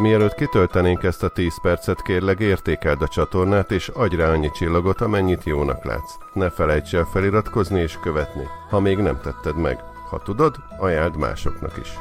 Mielőtt kitöltenénk ezt a 10 percet, kérlek értékeld a csatornát és adj rá annyi csillagot, amennyit jónak látsz. Ne felejts el feliratkozni és követni, ha még nem tetted meg. Ha tudod, ajánld másoknak is.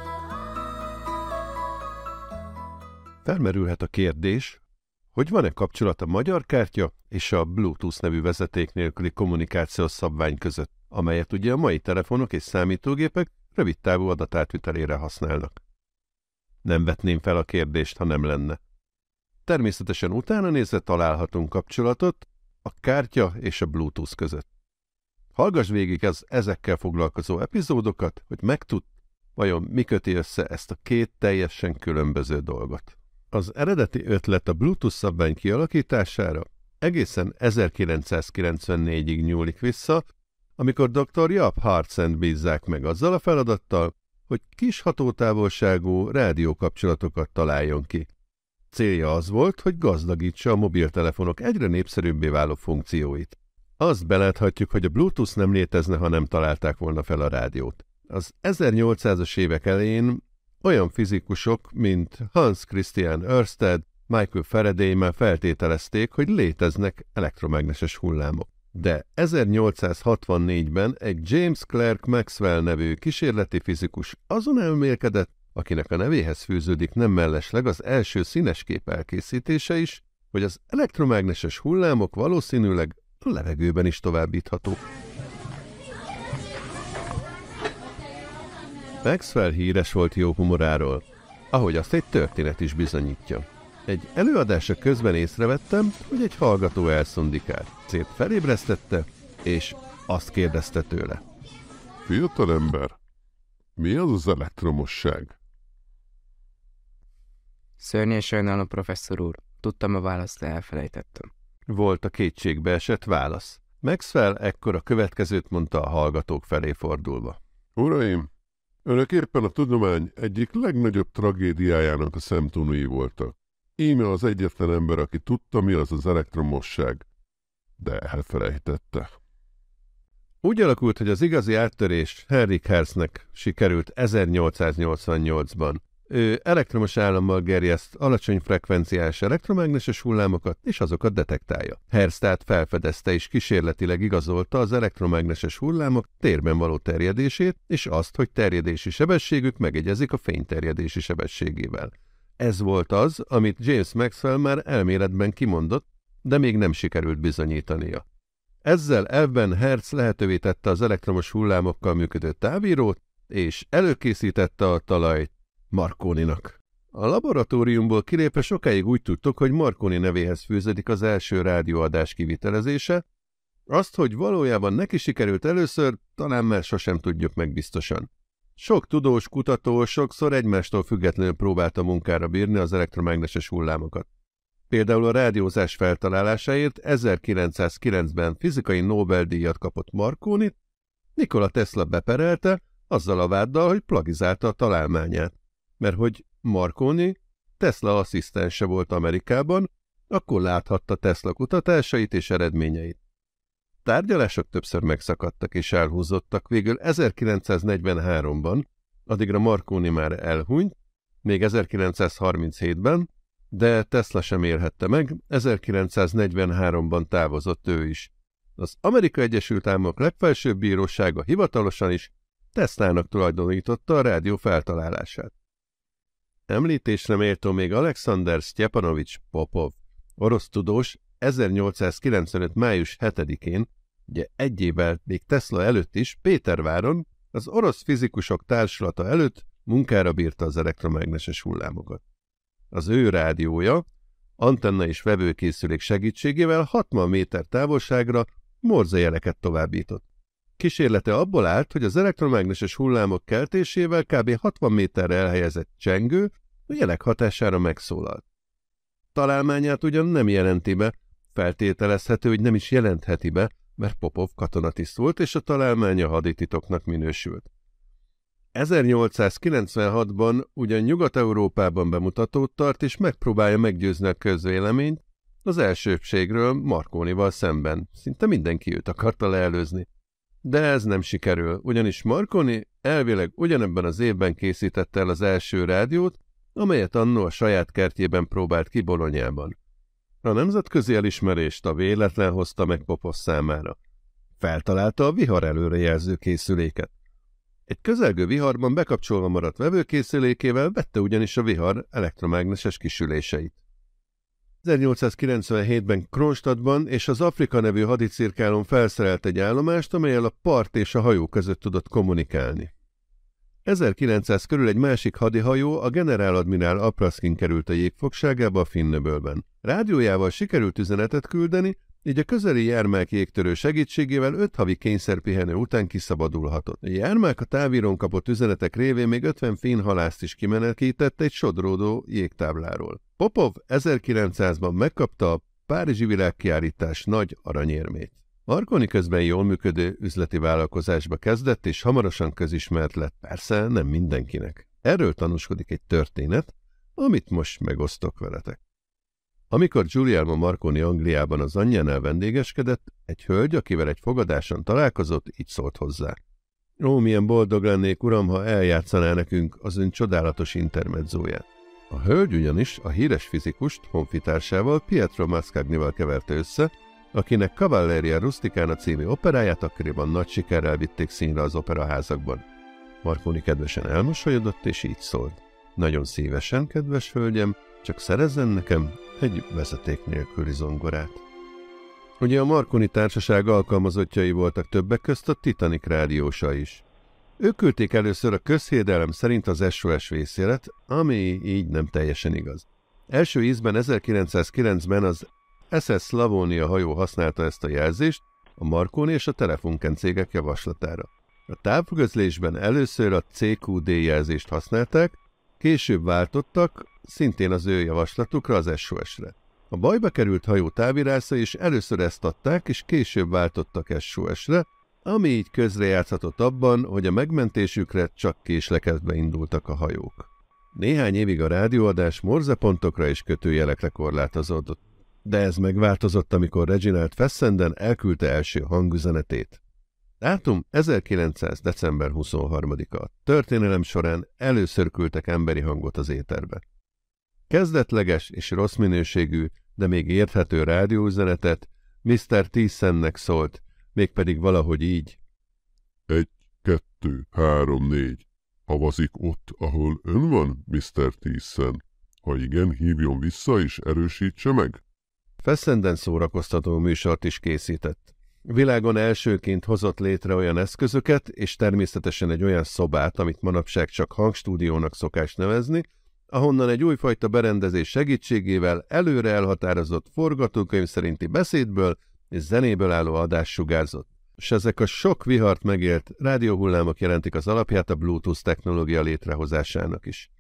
Felmerülhet a kérdés, hogy van-e kapcsolat a magyar kártya és a Bluetooth nevű vezeték nélküli kommunikációs szabvány között, amelyet ugye a mai telefonok és számítógépek rövidtávú adatátvitelére használnak. Nem vetném fel a kérdést, ha nem lenne. Természetesen utána nézve találhatunk kapcsolatot a kártya és a Bluetooth között. Hallgass végig az ezekkel foglalkozó epizódokat, hogy megtudd, vajon mi köti össze ezt a két teljesen különböző dolgot. Az eredeti ötlet a Bluetooth szabvány kialakítására egészen 1994-ig nyúlik vissza, amikor dr. Jaap Hartzendt bízzák meg azzal a feladattal, hogy kis hatótávolságú rádiókapcsolatokat találjon ki. Célja az volt, hogy gazdagítsa a mobiltelefonok egyre népszerűbbé váló funkcióit. Azt beláthatjuk, hogy a Bluetooth nem létezne, ha nem találták volna fel a rádiót. Az 1800-as évek elején olyan fizikusok, mint Hans Christian Ørsted, Michael Faraday már feltételezték, hogy léteznek elektromágneses hullámok. De 1864-ben egy James Clerk Maxwell nevű kísérleti fizikus azon elmélkedett, akinek a nevéhez fűződik nem mellesleg az első színes kép elkészítése is, hogy az elektromágneses hullámok valószínűleg a levegőben is továbbíthatók. Maxwell híres volt jó humoráról, ahogy azt egy történet is bizonyítja. Egy előadása közben észrevettem, hogy egy hallgató elszundikált. Szép felébresztette, és azt kérdezte tőle. Fiatalember, mi az az elektromosság? Szörnyen sajnálom, professzor úr. Tudtam a választ, de elfelejtettem. Volt a kétségbe esett válasz. Maxwell ekkor a következőt mondta a hallgatók felé fordulva. Uraim, önök éppen a tudomány egyik legnagyobb tragédiájának a szemtanúi voltak. Íme az egyetlen ember, aki tudta, mi az az elektromosság, de elfelejtette. Úgy alakult, hogy az igazi áttörés Henrik Hertznek sikerült 1888-ban. Ő elektromos állammal gerjeszt alacsony frekvenciás elektromágneses hullámokat, és azokat detektálja. Hertz tehát felfedezte és kísérletileg igazolta az elektromágneses hullámok térben való terjedését, és azt, hogy terjedési sebességük megegyezik a fényterjedési sebességével. Ez volt az, amit James Maxwell már elméletben kimondott, de még nem sikerült bizonyítania. Ezzel elvben Hertz lehetővé tette az elektromos hullámokkal működő távírót, és előkészítette a talajt Marconinak. A laboratóriumból kilépve sokáig úgy tudtuk, hogy Marconi nevéhez fűződik az első rádióadás kivitelezése, azt, hogy valójában neki sikerült először, talán már sosem tudjuk meg biztosan. Sok tudós, kutató sokszor egymástól függetlenül próbálta munkára bírni az elektromágneses hullámokat. Például a rádiózás feltalálásáért 1909-ben fizikai Nobel-díjat kapott Marconi, Nikola Tesla beperelte, azzal a váddal, hogy plagizálta a találmányát, mert hogy Marconi Tesla asszisztense volt Amerikában, akkor láthatta Tesla kutatásait és eredményeit. Tárgyalások többször megszakadtak és elhúzottak, végül 1943-ban, addigra Marconi már elhunyt, még 1937-ben, de Tesla sem élhette meg, 1943-ban távozott ő is. Az Amerikai Egyesült Államok legfelsőbb bírósága hivatalosan is Teslának tulajdonította a rádió feltalálását. Említésre méltó még Alexander Sztyepanovics Popov, orosz tudós, 1895. május 7-én, ugye egy évvel még Tesla előtt is, Péterváron, az orosz fizikusok társulata előtt munkára bírta az elektromágneses hullámokat. Az ő rádiója, antenna és vevőkészülék segítségével 60 méter távolságra morzejeleket továbbított. Kísérlete abból állt, hogy az elektromágneses hullámok keltésével kb. 60 méterre elhelyezett csengő a jelek hatására megszólalt. Találmányát ugyan nem jelenti be, feltételezhető, hogy nem is jelentheti be, mert Popov katonatiszt volt, és a találmánya hadititoknak minősült. 1896-ban ugyan Nyugat-Európában bemutatót tart, és megpróbálja meggyőzni a közvéleményt az elsőbbségről Marconival szemben. Szinte mindenki őt akarta leelőzni. De ez nem sikerül, ugyanis Marconi elvileg ugyanebben az évben készítette el az első rádiót, amelyet annó a saját kertjében próbált ki Bolonyában. A nemzetközi elismerést a véletlen hozta meg Popov számára. Feltalálta a vihar előrejelző készüléket. Egy közelgő viharban bekapcsolva maradt vevőkészülékével vette ugyanis a vihar elektromágneses kisüléseit. 1897-ben Kronstadtban és az Afrika nevű hadicirkálon felszerelt egy állomást, amellyel a part és a hajó között tudott kommunikálni. 1900 körül egy másik hadihajó, a generáladmirál Apraszkin került a jégfogságába a Finnöbölben. Rádiójával sikerült üzenetet küldeni, így a közeli Jermák jégtörő segítségével 5 havi kényszerpihenő után kiszabadulhatott. A Jermák a távírón kapott üzenetek révén még 50 finn halászt is kimenekített egy sodródó jégtábláról. Popov 1900-ban megkapta a Párizsi világkiállítás nagy aranyérmét. Marconi közben jól működő üzleti vállalkozásba kezdett, és hamarosan közismert lett, persze nem mindenkinek. Erről tanúskodik egy történet, amit most megosztok veletek. Amikor Giuliano Marconi Angliában az anyjánál vendégeskedett, egy hölgy, akivel egy fogadáson találkozott, így szólt hozzá. Ó, milyen boldog lennék, uram, ha eljátszaná nekünk az ön csodálatos intermedzóját. A hölgy ugyanis a híres fizikust honfitársával, Pietro Mascagnival keverte össze, akinek Cavalleria Rusticana című operáját akkoriban nagy sikerrel vitték színre az operaházakban. Marconi kedvesen elmosolyodott, és így szólt. Nagyon szívesen, kedves hölgyem, csak szerezzen nekem egy vezeték nélküli zongorát. Ugye a Marconi társaság alkalmazottjai voltak többek közt a Titanic rádiósa is. Ők küldték először a közhiedelem szerint az SOS vészjelet, ami így nem teljesen igaz. Első ízben 1909-ben az SS Slavonia hajó használta ezt a jelzést a Marconi és a Telefunken cégek javaslatára. A távközlésben először a CQD jelzést használták, később váltottak, szintén az ő javaslatukra, az SOS-re. A bajba került hajó távirásza is először ezt adták, és később váltottak SOS-re, ami így közrejátszhatott abban, hogy a megmentésükre csak késlekedve indultak a hajók. Néhány évig a rádióadás morzepontokra és kötőjelekre korlátozódott, de ez megváltozott, amikor Reginald Fessenden elküldte első hangüzenetét. Dátum 1900. december 23-a. Történelem során először küldtek emberi hangot az éterbe. Kezdetleges és rossz minőségű, de még érthető rádióüzenetet Mr. Thiessen-nek szólt, mégpedig valahogy így. 1, 2, 3, 4. Havazik ott, ahol ön van, Mr. Thiessen? Ha igen, hívjon vissza és erősítse meg. Fessenden szórakoztató műsort is készített. Világon elsőként hozott létre olyan eszközöket, és természetesen egy olyan szobát, amit manapság csak hangstúdiónak szokás nevezni, ahonnan egy újfajta berendezés segítségével előre elhatározott forgatókönyv szerinti beszédből és zenéből álló adás sugárzott. És ezek a sok vihart megélt rádióhullámok jelentik az alapját a Bluetooth technológia létrehozásának is.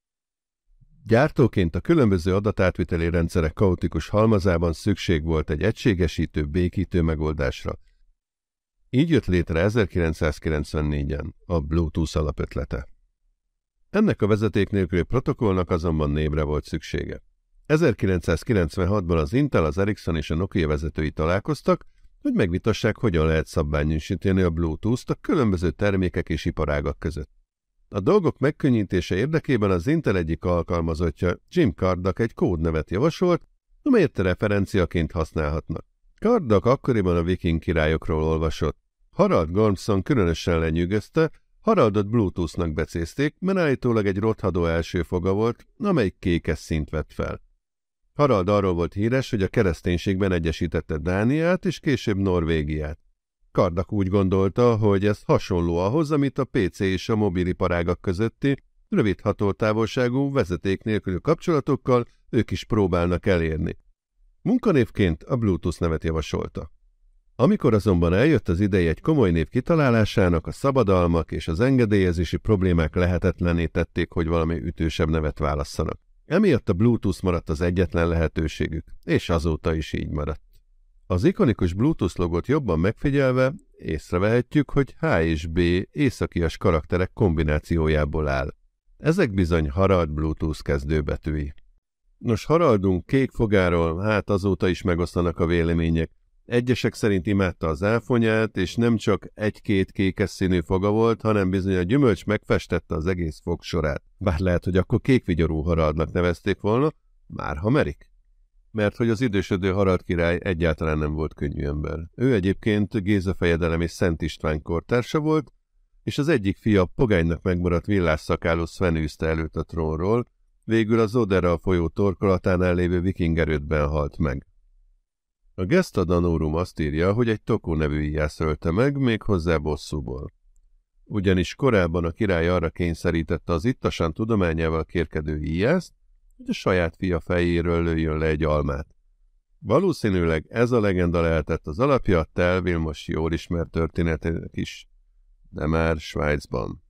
Gyártóként a különböző adatátviteli rendszerek kaotikus halmazában szükség volt egy egységesítő, békítő megoldásra. Így jött létre 1994-en a Bluetooth alapötlete. Ennek a vezeték nélküli protokollnak azonban névre volt szüksége. 1996-ban az Intel, az Ericsson és a Nokia vezetői találkoztak, hogy megvitassák, hogyan lehet szabványosítani a Bluetooth-t a különböző termékek és iparágak között. A dolgok megkönnyítése érdekében az Intel egyik alkalmazottja, Jim Cardock egy kódnevet javasolt, amelyet referenciaként használhatnak. Cardock akkoriban a viking királyokról olvasott. Harald Gormson különösen lenyűgözte, Haraldot Bluetooth-nak becézték, mert állítólag egy rothadó első foga volt, amelyik kékes színt vett fel. Harald arról volt híres, hogy a kereszténységben egyesítette Dániát és később Norvégiát. Cardock úgy gondolta, hogy ez hasonló ahhoz, amit a PC és a mobiliparágak közötti rövid hatoltávolságú vezeték nélküli kapcsolatokkal ők is próbálnak elérni. Munkanévként a Bluetooth nevet javasolta. Amikor azonban eljött az ideje egy komoly név kitalálásának, a szabadalmak és az engedélyezési problémák lehetetlenné tették, hogy valami ütősebb nevet válasszanak. Emiatt a Bluetooth maradt az egyetlen lehetőségük, és azóta is így maradt. Az ikonikus Bluetooth logót jobban megfigyelve észrevehetjük, hogy H és B északias karakterek kombinációjából áll. Ezek bizony Harald Bluetooth kezdőbetűi. Nos, Haraldunk kék fogáról, hát azóta is megosztanak a vélemények. Egyesek szerint imádta az áfonyát, és nem csak egy-két kékes színű foga volt, hanem bizony a gyümölcs megfestette az egész fogsorát. Bár lehet, hogy akkor kékvigyorú Haraldnak nevezték volna, már ha merik. Mert hogy az idősödő Harald király egyáltalán nem volt könnyű ember. Ő egyébként Géza fejedelem és Szent István kortársa volt, és az egyik fia pogánynak megmaradt villásszakáló Sven űzte előtt a trónról, végül az Odera folyó torkolatánál lévő viking erődben halt meg. A Gesta Danorum azt írja, hogy egy Tokó nevű íjász ölte meg, méghozzá bosszúból. Ugyanis korábban a király arra kényszerítette az ittasan tudományával kérkedő íjászt, hogy a saját fia fejéről lőjön le egy almát. Valószínűleg ez a legenda lehetett az alapja Tell Vilmos jól ismert történetének is, de már Svájcban.